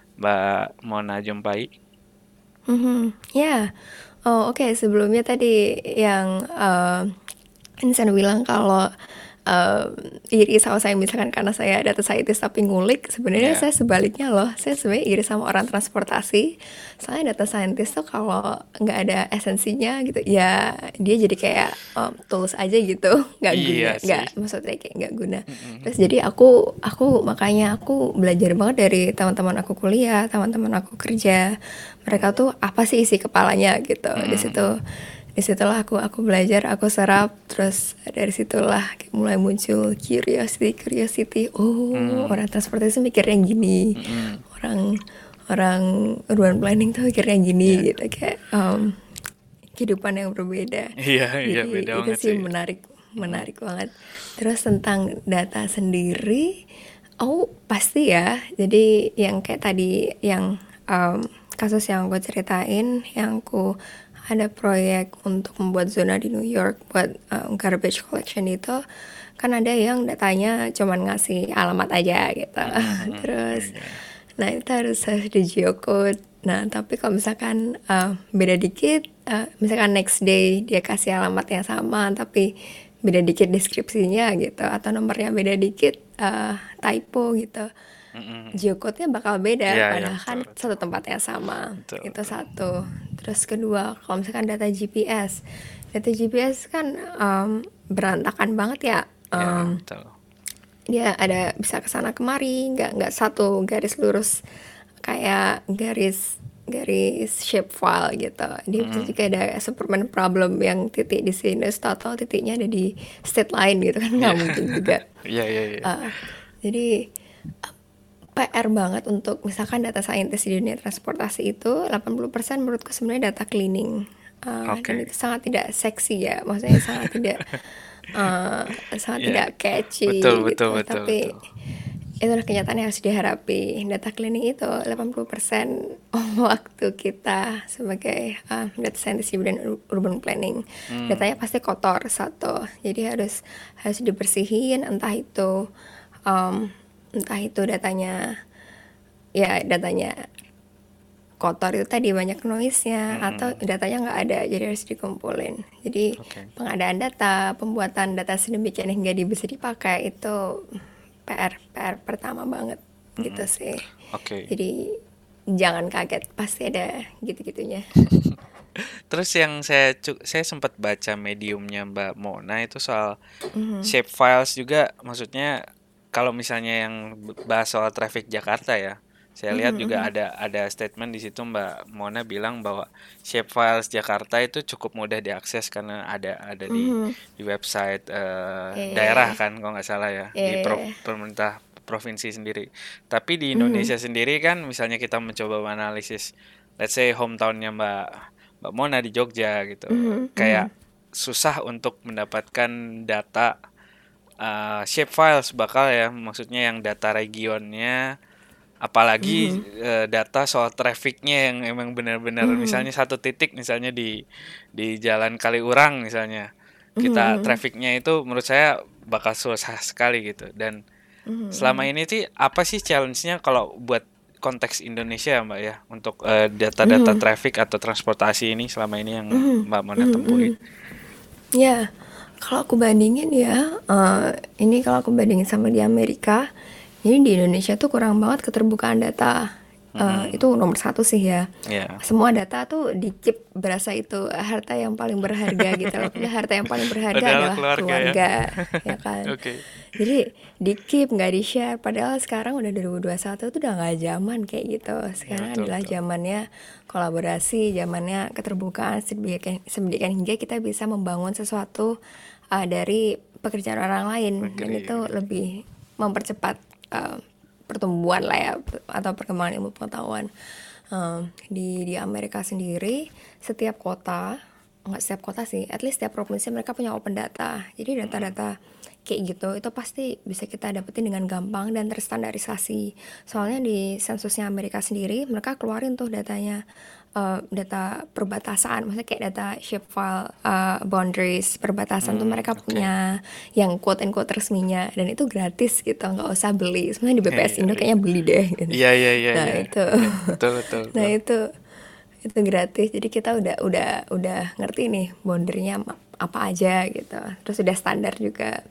Mbak Mona jumpai? Mm-hmm. Ya, yeah. Oh oke okay. Sebelumnya tadi yang uh, Insan bilang kalau uh, iri sama saya misalkan karena saya data scientist tapi ngulik, sebenarnya yeah. saya sebaliknya loh. Saya sebenarnya iri sama orang transportasi. Soalnya data scientist tuh kalau nggak ada esensinya gitu, ya dia jadi kayak um, tools aja gitu, nggak iya guna, nggak maksudnya kayak nggak guna. Mm-hmm. Terus jadi aku aku makanya aku belajar banget dari teman-teman aku kuliah, teman-teman aku kerja. Mereka tuh apa sih isi kepalanya gitu. Mm-hmm. Di situ disitulah aku aku belajar, aku serap, terus dari situlah mulai muncul curiosity curiosity oh mm. orang transportasi mikirnya gini, mm. orang orang urban planning tuh mikirnya gini yeah. gitu kayak um, kehidupan yang berbeda. Iya iya beda itu banget sih. Itu sih menarik menarik mm. banget. Terus tentang data sendiri, oh pasti ya. Jadi yang kayak tadi yang um, kasus yang aku ceritain, yang aku ada proyek untuk membuat zona di New York buat uh, garbage collection itu, kan ada yang datanya cuman ngasih alamat aja gitu. Mm-hmm. Terus Yeah. nah itu harus harus di geocode. Nah tapi kalau misalkan uh, beda dikit, uh, misalkan next day dia kasih alamat yang sama tapi beda dikit deskripsinya gitu, atau nomornya beda dikit, uh, typo gitu, Mm-hmm. geocode-nya bakal beda, Iya, iya, padahal kan betul, betul. satu tempat yang sama. Betul, Itu betul. satu. Terus kedua, kalau misalkan data G P S, data G P S kan um, berantakan banget ya. Ya, Um, betul. Dia ada bisa kesana kemari, nggak nggak satu garis lurus kayak garis garis shape file gitu. Dia bisa Mm. juga ada Superman problem yang titik di sini, tahu titiknya ada di state lain gitu kan, nggak Iya. mungkin juga. Iya, iya, iya. Uh, jadi P R banget untuk misalkan data scientist di dunia transportasi itu delapan puluh persen menurutku sebenarnya data cleaning. Uh, Oke. Dan itu sangat tidak seksi ya, maksudnya sangat tidak uh, sangat Iya. tidak catchy Betul, gitu. betul, betul, Tapi betul. itulah kenyataan yang harus dihadapi. Data cleaning itu delapan puluh persen waktu kita sebagai uh, data scientist di bidang ur- urban planning. Hmm. Datanya pasti kotor satu, jadi harus harus dibersihin, entah itu um, entah itu datanya ya datanya kotor itu tadi banyak noise-nya, Mm-mm. atau datanya nggak ada, jadi harus dikumpulin. Jadi Oke. pengadaan data, pembuatan data sedemikian hingga di- bisa dipakai itu P R P R pertama banget gitu Mm-mm. sih. Oke. Jadi jangan kaget, pasti ada gitu-gitunya. Terus yang saya cu- saya sempat baca mediumnya Mbak Mona itu soal Mhm. shape files juga, maksudnya kalau misalnya yang b- bahas soal traffic Jakarta ya, saya lihat Mhm, juga mhm. ada ada statement di situ Mbak Mona bilang bahwa shape files Jakarta itu cukup mudah diakses karena ada ada di Mhm. di website eh, Iya, iya, daerah iya. kan kalau nggak salah ya, Iya, di iya, pro- iya. pemerintah provinsi sendiri. Tapi di Mhm. Indonesia sendiri kan, misalnya kita mencoba menganalisis, let's say hometownnya Mbak Mbak Mona di Jogja gitu, Mhm, kayak mhm. susah untuk mendapatkan data uh, shape files bakal ya, maksudnya yang data regionnya, apalagi Mhm. uh, data soal trafficnya yang emang benar-benar, Mhm. misalnya satu titik misalnya di di Jalan Kaliurang misalnya, Mhm, kita mhm. trafficnya itu menurut saya bakal susah sekali gitu. Dan Mhm, selama mhm. ini sih apa sih challenge-nya kalau buat konteks Indonesia Mbak ya, untuk uh, data-data Mhm. traffic atau transportasi ini selama ini yang Mhm. Mbak Mona Mhm, tempuhin? mhm. Ya, kalau aku bandingin ya, eh, ini kalau aku bandingin sama di Amerika, jadi di Indonesia tuh kurang banget keterbukaan data. Eh, Mm-mm. itu nomor satu sih ya. Ya. Semua data tuh dikeep, berasa itu harta yang paling berharga gitu loh. Padahal harta yang paling berharga Padahal adalah keluarga ya. keluarga, ya kan. Oke. Jadi dikeep, nggak di-share. Padahal sekarang udah dua ribu dua puluh satu tuh udah nggak zaman kayak gitu. Ya, Sekarang betul, adalah betul. zamannya kolaborasi, zamannya keterbukaan sedemikian, sedemikian hingga kita bisa membangun sesuatu uh, dari pekerjaan orang lain, dan Agree, itu agree. lebih mempercepat uh, pertumbuhan lah ya, atau perkembangan ilmu pengetahuan. Um, di di Amerika sendiri setiap kota, nggak setiap kota sih, at least setiap provinsi mereka punya open data. Jadi data-data kayak gitu itu pasti bisa kita dapetin dengan gampang dan terstandarisasi. Soalnya di sensusnya Amerika sendiri mereka keluarin tuh datanya, uh, data perbatasan, maksudnya kayak data shape file, uh, boundaries perbatasan tuh Hmm, mereka oke. punya yang quote and quote resminya, dan itu gratis gitu, nggak usah beli. Sebenarnya di B P S Iya, Indo iya. kayaknya beli deh gitu. Iya, iya, iya, Nah iya. itu, Iya, betul, betul, nah betul. itu itu gratis. Jadi kita udah udah udah ngerti nih boundarynya ma- apa aja gitu. Terus udah standar juga.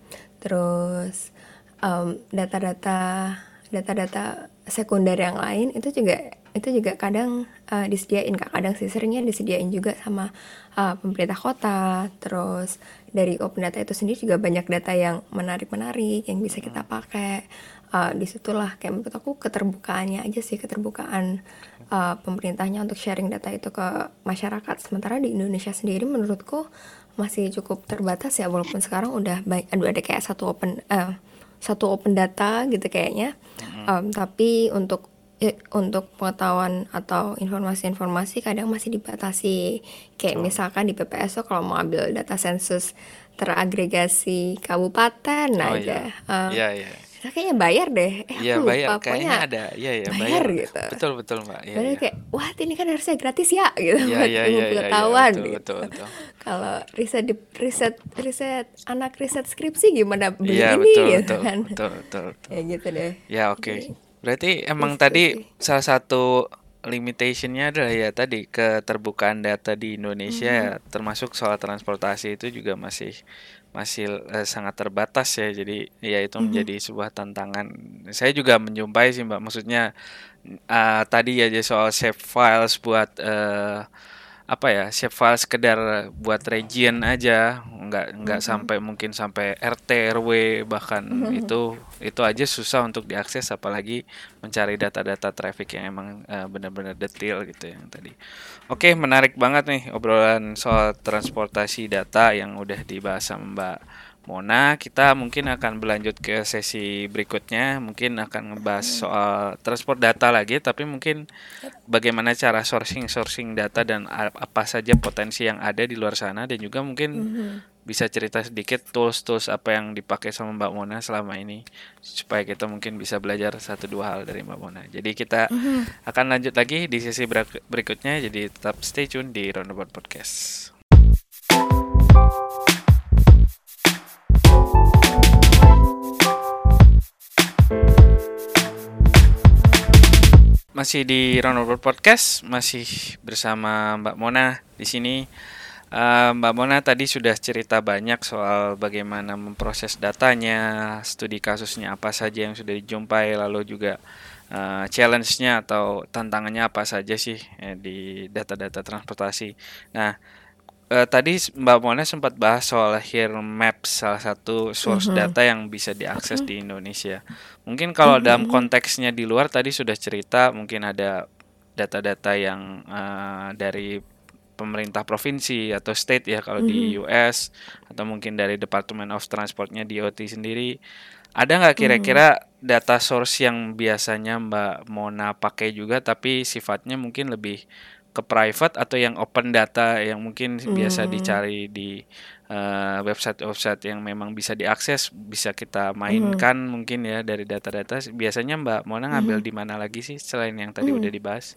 Terus um, data-data data-data sekunder yang lain itu juga itu juga kadang uh, disediain, Kak. Kadang sih seringnya disediain juga sama uh, pemerintah kota. Terus dari open data itu sendiri juga banyak data yang menarik-menarik yang bisa kita pakai. Uh, disitulah kayak menurut aku keterbukaannya aja sih, keterbukaan uh, pemerintahnya untuk sharing data itu ke masyarakat. Sementara di Indonesia sendiri menurutku masih cukup terbatas ya, walaupun sekarang udah baik, aduh ada kayak satu open uh, satu open data gitu kayaknya. Um, tapi untuk eh, untuk pengetahuan atau informasi-informasi kadang masih dibatasi. Kayak Betul. misalkan di P P S tuh kalau mau ambil data sensus teragregasi kabupaten Oh aja, iya. uh, Iya, iya. kayaknya bayar deh. Eh Iya aku bayar, lupa, kayaknya pokoknya ada. Iya ya bayar bayar. gitu. Betul betul Mbak. Iya Padahal iya. kayak, wah ini kan harusnya gratis ya gitu Iya buat iya ilmu iya iya iya pengetahuan betul gitu. betul betul. Kalau riset di riset riset anak riset skripsi gimana Iya beli ini betul gitu betul kan. betul betul betul. Ya gitu deh. Ya oke. Jadi Berarti emang itu tadi sih. salah satu limitationnya adalah ya tadi keterbukaan data di Indonesia ya, Mhm, termasuk soal transportasi itu juga masih masih eh, sangat terbatas ya. Jadi ya itu mhm, menjadi sebuah tantangan. Saya juga menjumpai sih Mbak. Maksudnya eh, tadi aja soal save files buat eh, apa ya save file sekedar buat region aja nggak nggak mhm, sampai mungkin sampai R T R W bahkan mhm. itu itu aja susah untuk diakses apalagi mencari data-data traffic yang emang eh, benar-benar detail gitu yang tadi. Oke, menarik banget nih obrolan soal transportasi data yang udah dibahas sama Mbak Mona. Kita mungkin akan berlanjut ke sesi berikutnya, mungkin akan ngebahas soal transport data lagi, tapi mungkin Yap. bagaimana cara sourcing sourcing data dan a- apa saja potensi yang ada di luar sana dan juga mungkin Mhm. bisa cerita sedikit tools-tools apa yang dipakai sama Mbak Mona selama ini supaya kita mungkin bisa belajar satu dua hal dari Mbak Mona. Jadi kita Mhm. akan lanjut lagi di sesi berak- berikutnya, jadi tetap stay tune di Roundabout Podcast. Masih di Roundabout Podcast, masih bersama Mbak Mona di sini. Eh, Mbak Mona tadi sudah cerita banyak soal bagaimana memproses datanya, studi kasusnya apa saja yang sudah dijumpai, lalu juga eh, challenge-nya atau tantangannya apa saja sih eh, di data-data transportasi. Nah, eh, tadi Mbak Mona sempat bahas soal Here Maps, salah satu source Mhm. data yang bisa diakses di Indonesia. Mungkin kalau Mhm, dalam mhm. konteksnya di luar tadi sudah cerita, mungkin ada data-data yang eh, dari pemerintah provinsi atau state ya kalau di Mhm, U S atau mungkin dari Department of Transportnya D O T sendiri. Ada nggak mhm, kira-kira data source yang biasanya Mbak Mona pakai juga tapi sifatnya mungkin lebih ke private atau yang open data yang mungkin biasa mmm, dicari di eh, website-website yang memang bisa diakses, bisa kita mhm, mainkan mungkin ya dari data-data. Biasanya Mbak Mona ngambil mhm, di mana lagi sih selain yang tadi udah mmm. dibahas?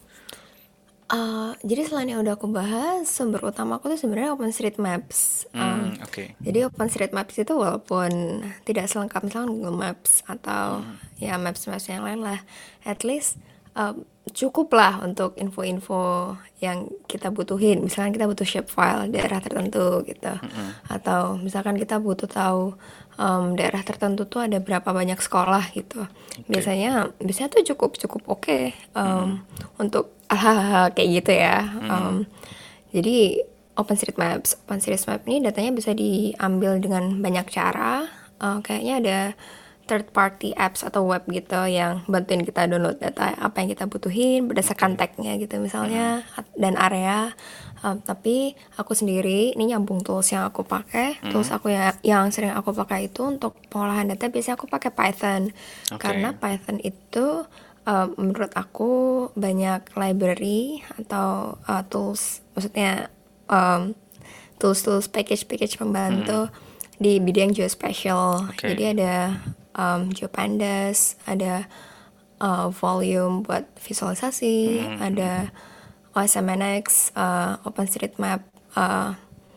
Eee, jadi selain yang udah aku bahas, sumber utama aku tuh sebenarnya OpenStreetMaps. Eee, Hmm, oke. jadi OpenStreetMaps itu walaupun tidak selengkap misalkan Google Maps atau Mm-mm. ya maps-maps yang lain lah, at least eee, cukup lah untuk info-info yang kita butuhin. Misalkan kita butuh shapefile daerah tertentu gitu, Mm-mm. atau misalkan kita butuh tahu em, daerah tertentu tuh ada berapa banyak sekolah gitu. Oke. Biasanya biasanya tuh cukup cukup oke Mm-mm. em, untuk hal-hal kayak gitu ya. Mm-mm. Em, jadi OpenStreetMaps, OpenStreetMaps ini datanya bisa diambil dengan banyak cara. Eh, kayaknya ada third party apps atau web gitu yang bantuin kita download data apa yang kita butuhin berdasarkan Oke. tagnya gitu Mm-mm. misalnya dan area. Um, tapi aku sendiri ini nyambung tools yang aku pakai, tools Mm-mm. aku yang yang sering aku pakai itu untuk pengolahan data biasanya aku pakai Python karena Oke. Python itu um, menurut aku banyak library atau uh, tools maksudnya um, tools-tools package-package Mm-mm. pembantu di bidang geospatial. Jadi Oke. ada um, GeoPandas, ada uh, volume buat visualisasi, Mm-mm. Mm-mm. ada O S M N X, uh, OpenStreetMap, uh,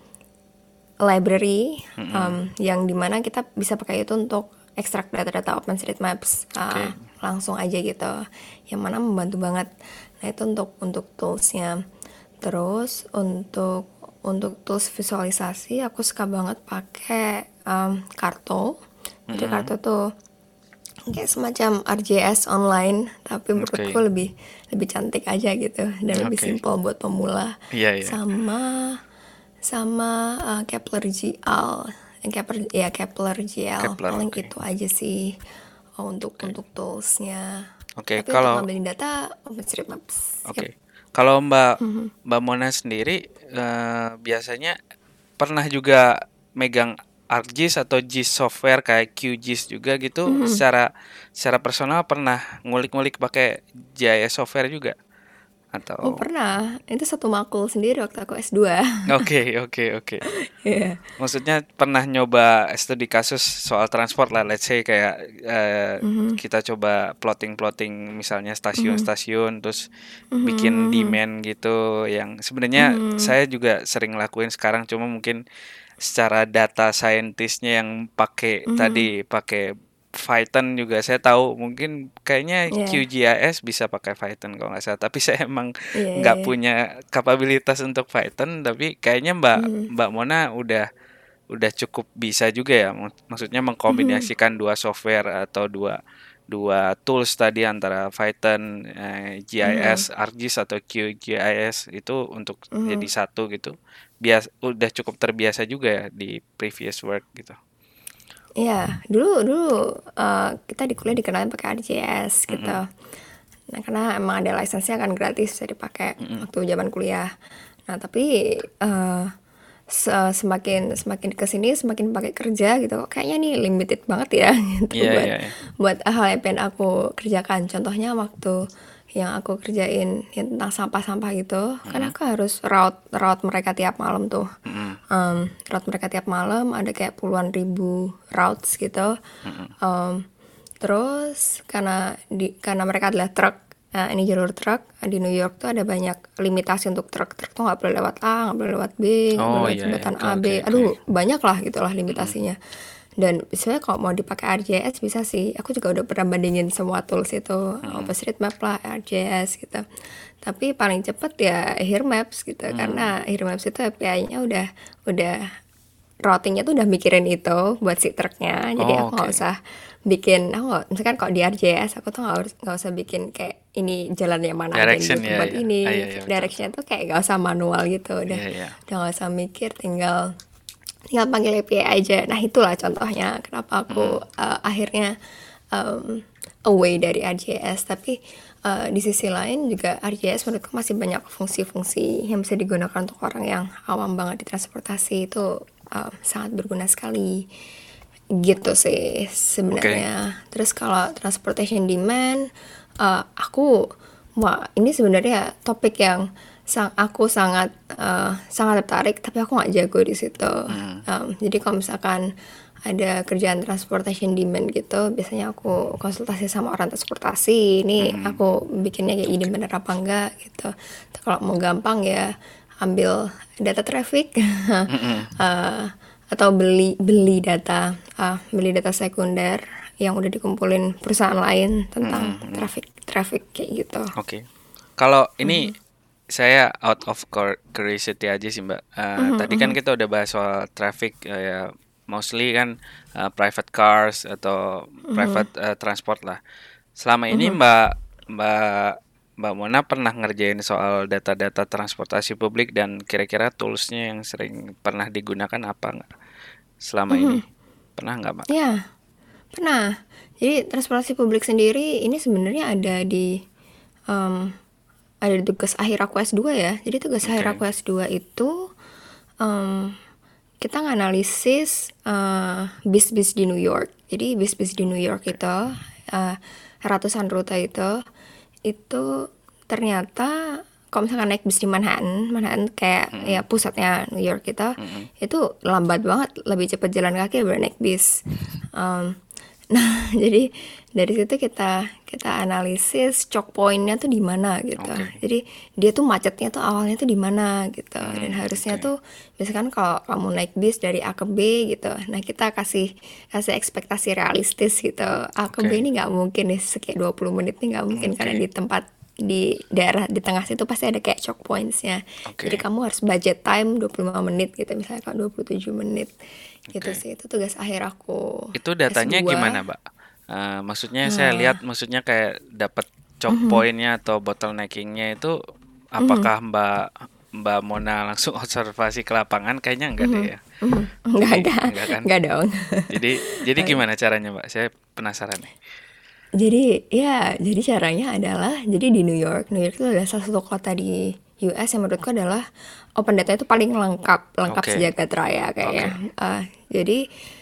library Mm-mm. um, yang dimana kita bisa pakai itu untuk ekstrak data-data OpenStreetMaps uh, Oke. langsung aja gitu, yang mana membantu banget. Nah itu untuk untuk toolsnya. Terus untuk untuk tools visualisasi aku suka banget pakai um, Karto. Jadi Mm-mm. Karto tuh kayak semacam R J S online, tapi menurutku Oke. lebih lebih cantik aja gitu dan lebih Oke. simpel buat pemula. Iya, iya. Sama sama uh, Kepler G L, yang Kepler ya Kepler G L Kepler, paling oke. itu aja sih uh, untuk Oke. untuk toolsnya. Oke, Tapi untuk kalau ngambilin data OpenStreetMaps. Yep. oke. Kalau Mbak Mbak Mona sendiri eh, biasanya pernah juga megang ArcGIS atau G I S software kayak QGIS juga gitu secara secara personal pernah ngulik-ngulik pakai G I S software juga? atau? Oh pernah, itu satu makul sendiri waktu aku S dua. Oke oke oke. Iya. Maksudnya pernah nyoba studi kasus soal transport lah, let's say kayak eh, Mhm, kita coba plotting-plotting misalnya mhm, stasiun-stasiun terus bikin mhm, demand gitu yang sebenarnya mhm. saya juga sering lakuin sekarang, cuma mungkin secara data scientistnya yang pakai Mhm. tadi pakai Python juga saya tahu, mungkin kayaknya Iya, Q G I S bisa pakai Python kalau nggak salah, tapi saya emang iya, iya, nggak iya. punya kapabilitas untuk Python, tapi kayaknya Mbak Mhm, Mbak Mona udah udah cukup bisa juga ya, mak- maksudnya mhm, mengkombinasikan dua software atau dua dua tools tadi antara Python, eh, mhm, G I S, ArcGIS atau Q G I S itu untuk jadi mhm. satu gitu. Bias udah cukup terbiasa juga ya di previous work gitu. Iya, dulu dulu eh, kita di kuliah dikenalin pakai R J S gitu. Mm-mm, Nah, karena emang ada lisensinya kan gratis bisa dipakai mm-mm. waktu zaman kuliah. Nah, tapi eh, se- semakin semakin kesini semakin pakai kerja gitu, kayaknya nih limited banget ya gitu Iya buat iya iya. buat hal yang pengen aku kerjakan. Contohnya waktu yang aku kerjain yang tentang sampah-sampah gitu, kan Mm-mm, aku harus route route mereka tiap malam tuh. mm-mm, Um, route mereka tiap malam ada kayak puluhan ribu routes gitu. mm-mm. Um, Terus karena di karena mereka adalah truk, nah, ini jalur truk di New York tuh ada banyak limitasi untuk truk. Truk tuh nggak boleh lewat A, nggak boleh lewat B, nggak boleh Oh lewat iya iya, jembatan oke A, oke B. oke. Aduh, banyak lah gitulah Mm-mm, limitasinya. Dan sebenarnya kalau mau dipakai R J S bisa sih. Aku juga udah pernah bandingin semua tools itu, mm-mm, OpenStreetMap lah, R J S gitu. Tapi paling cepet ya Here Maps gitu, mm. karena Here Maps itu A P I-nya udah udah routingnya tuh udah mikirin itu buat si truknya, jadi Oh, aku nggak oke. usah bikin, aku nggak, misalkan kalau di R J S aku tuh nggak harus nggak usah bikin kayak ini jalan yang mana aja yang Direction butuh ya buat ya. Ah, iya ini, iya betul. directionnya tuh kayak nggak usah manual gitu, udah Iya iya. udah nggak usah mikir, tinggal tinggal panggil A P I aja. Nah itulah contohnya kenapa aku Mm-mm. uh, akhirnya um, away dari R J S. Tapi uh, di sisi lain juga R J S menurutku masih banyak fungsi-fungsi yang bisa digunakan untuk orang yang awam banget di transportasi, itu uh, sangat berguna sekali gitu sih Oke. sebenarnya. Terus kalau transportation demand, uh, aku wah ini sebenarnya topik yang sang aku sangat uh, sangat tertarik, tapi aku nggak jago di situ. Mm. Um, jadi kalau misalkan ada kerjaan transportation demand gitu, biasanya aku konsultasi sama orang transportasi. Ini Mm-mm. aku bikinnya kayak gini bener apa enggak gitu. Terus kalau mau gampang ya ambil data traffic. Mm-mm. uh, atau beli beli data uh, beli data sekunder yang udah dikumpulin perusahaan lain tentang Mm-mm. Mm. traffic traffic kayak gitu. Oke. Kalau ini saya out of cur- curiosity aja sih Mbak. Eh, Mhm, tadi kan mhm, kita udah bahas soal traffic, eh, ya mostly kan eh, private cars atau mhm, private eh, transport lah. Selama ini mhm, Mbak Mbak Mbak Mona pernah ngerjain soal data-data transportasi publik, dan kira-kira toolsnya yang sering pernah digunakan apa nggak selama ini? mhm. Pernah nggak Mbak? Ya, pernah. Jadi transportasi publik sendiri ini sebenarnya ada di em, ada di tugas akhir aku S dua ya. Jadi tugas akhir Oke. aku S dua itu em, kita nganalisis eh, bis-bis di New York. Jadi bis-bis di New York Oke. itu eh, ratusan rute itu itu ternyata kalau misalkan naik bis di Manhattan, Manhattan kayak Mm-mm. ya pusatnya New York itu, Mm-mm. itu lambat banget, lebih cepat jalan kaki daripada naik bis. Em, nah, jadi dari situ kita kita analisis choke pointnya tuh di mana gitu. Oke. Jadi dia tuh macetnya tuh awalnya tuh di mana gitu. Dan Hmm, harusnya oke. tuh misalkan kalau kamu naik bis dari A ke B gitu, nah kita kasih kasih ekspektasi realistis gitu. A ke B Oke. ini nggak mungkin nih sekitar dua puluh menit nih nggak mungkin, karena Oke. di tempat di daerah di tengah situ pasti ada kayak choke pointsnya. Jadi Oke. kamu harus budget time dua puluh lima menit gitu, misalnya kalau dua puluh tujuh menit gitu Oke. sih. Itu tugas akhir aku Itu datanya S dua. gimana, Mbak? Eh, maksudnya saya lihat, maksudnya kayak dapat choke Mhm, point-nya atau bottleneckingnya itu, mhm, apakah Mbak Mbak Mona langsung observasi ke lapangan? Kayaknya enggak deh mhm, ya. mhm. Nggak Jadi ada, enggak kan? nggak dong. Jadi jadi gimana caranya, Mbak? Saya penasaran nih. Jadi ya, jadi caranya adalah, jadi di New York, New York itu adalah salah satu kota di U S yang menurutku adalah open data itu paling lengkap, lengkap Oke. sejagat raya kayaknya. Oke. Eh, jadi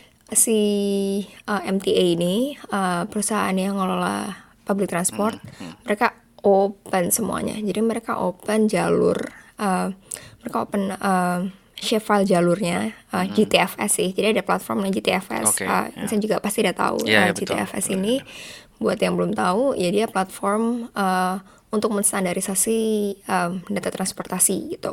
si eh, M T A ini, eh, perusahaan yang ngelola public transport, Mm, mm. mereka open semuanya. Jadi mereka open jalur, uh, mereka open uh, share file jalurnya uh, Hmm. G T F S sih. Jadi ada platformnya G T F S. Oke, Uh, ya. Insan juga pasti udah tahu Iya, uh, ya, betul. G T F S Betul, ini. betul. Buat yang belum tahu, ya dia platform uh, untuk menstandarisasi um, data transportasi gitu.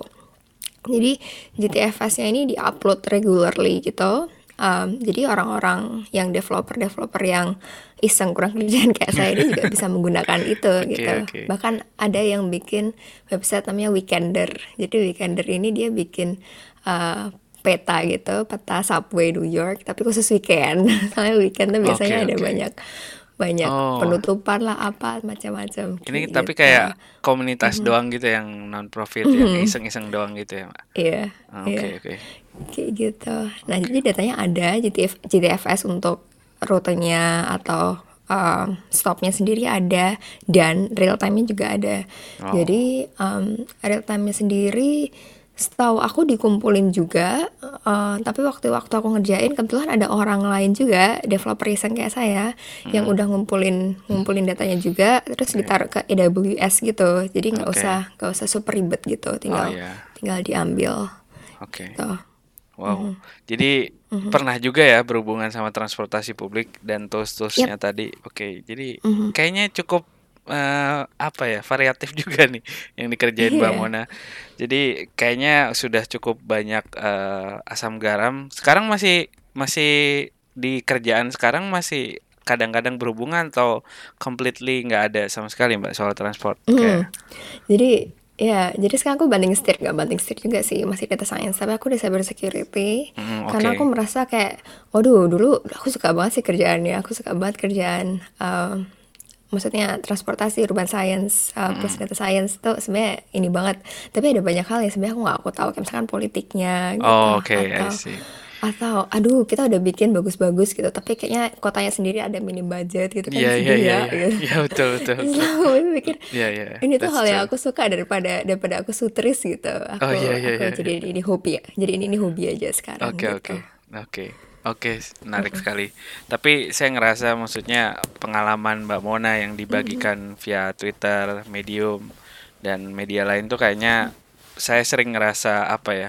Jadi G T F S-nya ini di-upload regularly gitu. Um, jadi orang-orang yang developer-developer yang iseng kurang kerjaan kayak saya ini juga bisa menggunakan itu Oke, gitu. oke. Bahkan ada yang bikin website namanya Weekender. Jadi Weekender ini dia bikin uh, peta gitu, peta subway New York, tapi khusus weekend. Soalnya weekend tuh biasanya Oke, ada oke. banyak banyak Oh, penutupan lah apa macam-macam ini kayak tapi gitu. kayak komunitas doang gitu yang non-profit, yang iseng-iseng doang gitu ya, Mbak? Iya, Oke, iya. oke. Kayak gitu. Nah, jadi datanya ada G T F, G T F S untuk rutenya atau um, stopnya sendiri ada, dan real time-nya juga ada. Wow. Jadi um, real time-nya sendiri setahu aku dikumpulin juga, uh, tapi waktu-waktu aku ngerjain kebetulan ada orang lain juga, developer iseng kayak saya, yang udah ngumpulin ngumpulin datanya juga, terus ditaruh ke A W S gitu. Jadi nggak Oke. usah nggak usah super ribet gitu, Oh tinggal ya, tinggal diambil oke. gitu. Wow. Jadi pernah juga ya berhubungan sama transportasi publik dan tools-toolsnya Yep. tadi. Oke, jadi kayaknya cukup eh, apa ya, variatif juga nih yang dikerjain Mbak Iya. Mona. Jadi kayaknya sudah cukup banyak eh, asam garam. Sekarang masih masih di kerjaan sekarang masih kadang-kadang berhubungan atau completely nggak ada sama sekali Mbak soal transport Hmm. kayak. Jadi ya, jadi sekarang aku banding setir, gak banding setir juga sih, masih data science, tapi aku di cyber security. Hmm, Karena oke. aku merasa kayak, waduh, dulu aku suka banget sih kerjaannya, aku suka banget kerjaan, um, maksudnya transportasi, urban science, uh, plus data science tuh sebenarnya ini banget. Tapi ada banyak hal yang sebenarnya aku nggak aku tahu, kayak misalkan politiknya gitu, Oh, oke, I atau see. atau aduh kita udah bikin bagus-bagus gitu, tapi kayaknya kotanya sendiri ada minim budget gitu kan, Iya, iya, sedih iya, ya iya. gitu. Iya, betul, betul, Terus betul. aku mikir Iya, iya, ini tuh that's hal yang true. aku suka daripada daripada aku sutris gitu. Oh, Aku iya, iya, aku iya, jadi iya. ini hobi ya. Jadi ini, ini hobi aja sekarang Oke, gitu. oke, oke, oke, menarik sekali. Tapi saya ngerasa maksudnya pengalaman Mbak Mona yang dibagikan via Twitter, Medium, dan media lain tuh kayaknya saya sering ngerasa apa ya?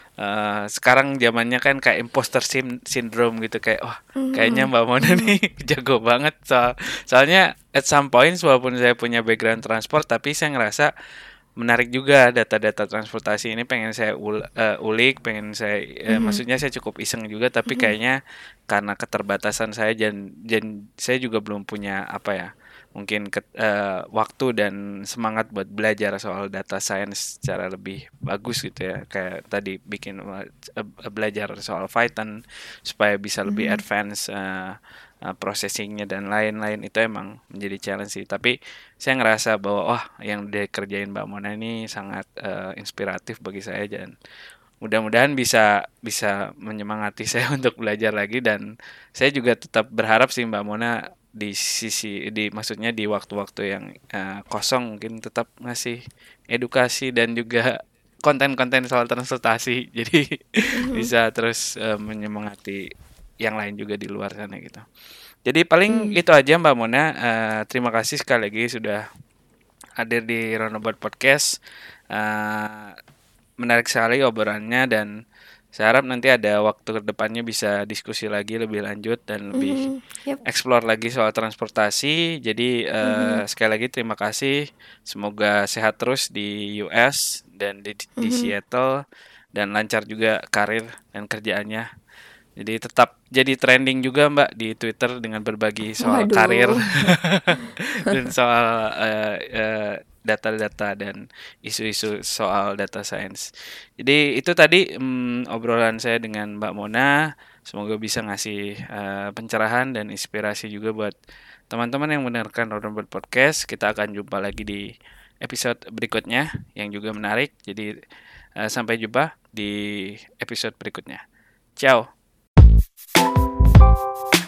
eh, sekarang zamannya kan kayak imposter sim- syndrome gitu, kayak wah kayaknya Mbak Mona nih jago banget soal soalnya at some point walaupun saya punya background transport tapi saya ngerasa menarik juga data-data transportasi ini, pengen saya ul- eh, ulik, pengen saya eh, maksudnya saya cukup iseng juga tapi kayaknya karena keterbatasan saya dan dan saya juga belum punya apa ya, mungkin ke, eh, waktu dan semangat buat belajar soal data science secara lebih bagus gitu ya, kayak tadi bikin eh, eh, belajar soal Python supaya bisa lebih advance eh, eh, processingnya dan lain-lain, itu emang menjadi challenge sih. Tapi saya ngerasa bahwa wah yang dikerjain Mbak Mona ini sangat eh, inspiratif bagi saya, dan mudah-mudahan bisa bisa menyemangati saya untuk belajar lagi, dan saya juga tetap berharap sih Mbak Mona di sisi di maksudnya di waktu-waktu yang eh, kosong mungkin tetap ngasih edukasi dan juga konten-konten soal transportasi. Jadi bisa terus eh, menyemangati yang lain juga di luar sana gitu. Jadi paling itu aja Mbak Mona. Eh, terima kasih sekali lagi sudah hadir di Roundabout Podcast. Eh, menarik sekali obrolannya, dan saya harap nanti ada waktu ke depannya bisa diskusi lagi lebih lanjut dan lebih Yep. explore lagi soal transportasi. Jadi eh, sekali lagi terima kasih. Semoga sehat terus di U S dan di, di Seattle, dan lancar juga karir dan kerjaannya. Jadi tetap jadi trending juga Mbak di Twitter dengan berbagi soal karir Waduh. dan soal eh, eh, data-data dan isu-isu soal data science. Jadi itu tadi mm, obrolan saya dengan Mbak Mona. Semoga bisa ngasih eh, pencerahan dan inspirasi juga buat teman-teman yang mendengarkan Roundabout Podcast. Kita akan jumpa lagi di episode berikutnya yang juga menarik. Jadi eh, sampai jumpa di episode berikutnya. Ciao.